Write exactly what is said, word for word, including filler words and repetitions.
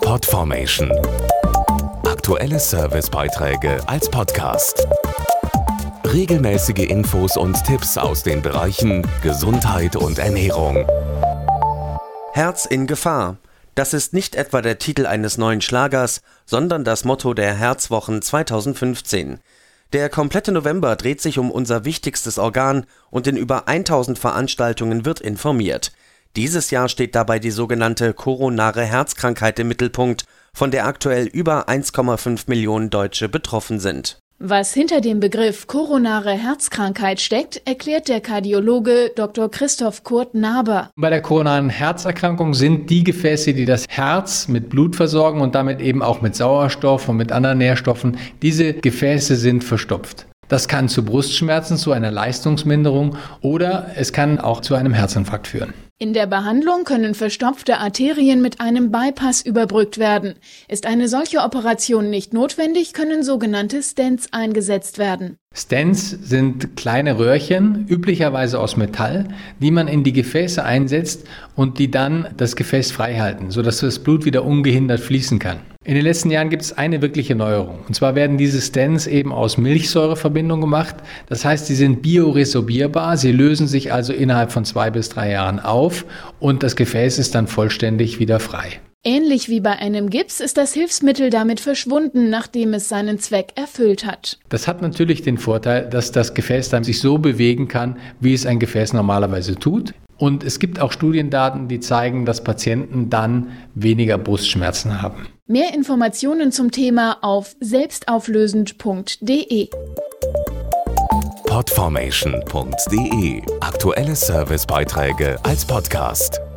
Podformation. Aktuelle Servicebeiträge als Podcast. Regelmäßige Infos und Tipps aus den Bereichen Gesundheit und Ernährung. Herz in Gefahr. Das ist nicht etwa der Titel eines neuen Schlagers, sondern das Motto der Herzwochen zweitausendfünfzehn. Der komplette November dreht sich um unser wichtigstes Organ und in über tausend Veranstaltungen wird informiert. Dieses Jahr steht dabei die sogenannte koronare Herzkrankheit im Mittelpunkt, von der aktuell über eins Komma fünf Millionen Deutsche betroffen sind. Was hinter dem Begriff koronare Herzkrankheit steckt, erklärt der Kardiologe Doktor Christoph Kurt Naber. Bei der koronaren Herzerkrankung sind die Gefäße, die das Herz mit Blut versorgen und damit eben auch mit Sauerstoff und mit anderen Nährstoffen, diese Gefäße sind verstopft. Das kann zu Brustschmerzen, zu einer Leistungsminderung oder es kann auch zu einem Herzinfarkt führen. In der Behandlung können verstopfte Arterien mit einem Bypass überbrückt werden. Ist eine solche Operation nicht notwendig, können sogenannte Stents eingesetzt werden. Stents sind kleine Röhrchen, üblicherweise aus Metall, die man in die Gefäße einsetzt und die dann das Gefäß frei halten, sodass das Blut wieder ungehindert fließen kann. In den letzten Jahren gibt es eine wirkliche Neuerung. Und zwar werden diese Stents eben aus Milchsäureverbindung gemacht. Das heißt, sie sind bioresorbierbar, sie lösen sich also innerhalb von zwei bis drei Jahren auf und das Gefäß ist dann vollständig wieder frei. Ähnlich wie bei einem Gips ist das Hilfsmittel damit verschwunden, nachdem es seinen Zweck erfüllt hat. Das hat natürlich den Vorteil, dass das Gefäß dann sich so bewegen kann, wie es ein Gefäß normalerweise tut. Und es gibt auch Studiendaten, die zeigen, dass Patienten dann weniger Brustschmerzen haben. Mehr Informationen zum Thema auf selbstauflösend punkt de. Podformation punkt de. Aktuelle Servicebeiträge als Podcast.